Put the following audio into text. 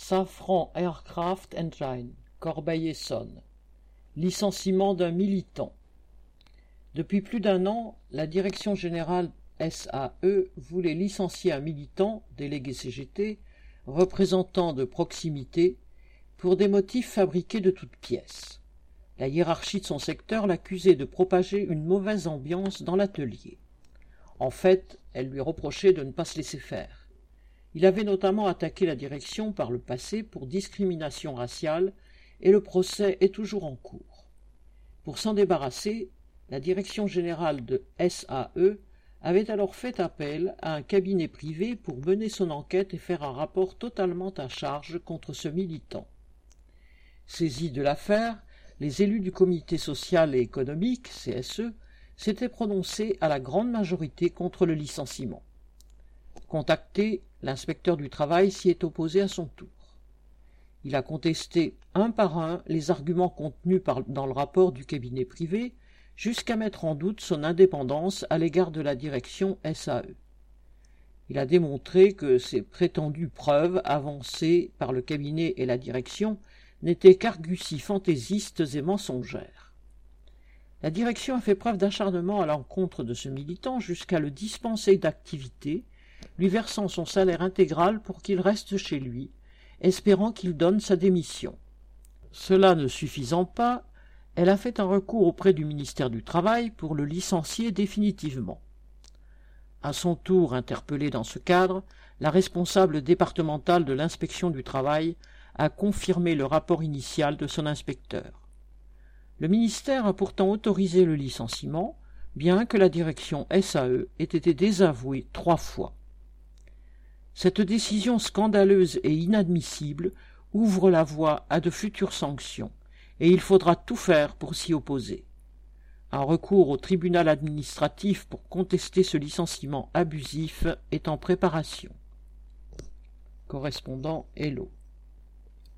Safran Aircraft Engine, Corbeil-Essonnes. Licenciement d'un militant. Depuis plus d'un an, la direction générale SAE voulait licencier un militant, délégué CGT, représentant de proximité, pour des motifs fabriqués de toutes pièces. La hiérarchie de son secteur l'accusait de propager une mauvaise ambiance dans l'atelier. En fait, elle lui reprochait de ne pas se laisser faire. Il avait notamment attaqué la direction par le passé pour discrimination raciale et le procès est toujours en cours. Pour s'en débarrasser, la direction générale de SAE avait alors fait appel à un cabinet privé pour mener son enquête et faire un rapport totalement à charge contre ce militant. Saisis de l'affaire, les élus du comité social et économique, CSE, s'étaient prononcés à la grande majorité contre le licenciement. Contacté, l'inspecteur du travail s'y est opposé à son tour. Il a contesté un par un les arguments contenus dans le rapport du cabinet privé jusqu'à mettre en doute son indépendance à l'égard de la direction SAE. Il a démontré que ces prétendues preuves avancées par le cabinet et la direction n'étaient qu'argusties fantaisistes et mensongères. La direction a fait preuve d'acharnement à l'encontre de ce militant jusqu'à le dispenser d'activité, lui versant son salaire intégral pour qu'il reste chez lui, espérant qu'il donne sa démission. Cela ne suffisant pas, elle a fait un recours auprès du ministère du Travail pour le licencier définitivement. À son tour interpellée dans ce cadre, la responsable départementale de l'inspection du travail a confirmé le rapport initial de son inspecteur. Le ministère a pourtant autorisé le licenciement, bien que la direction SAE ait été désavouée 3 fois. Cette décision scandaleuse et inadmissible ouvre la voie à de futures sanctions, et il faudra tout faire pour s'y opposer. Un recours au tribunal administratif pour contester ce licenciement abusif est en préparation. Correspondant Hello.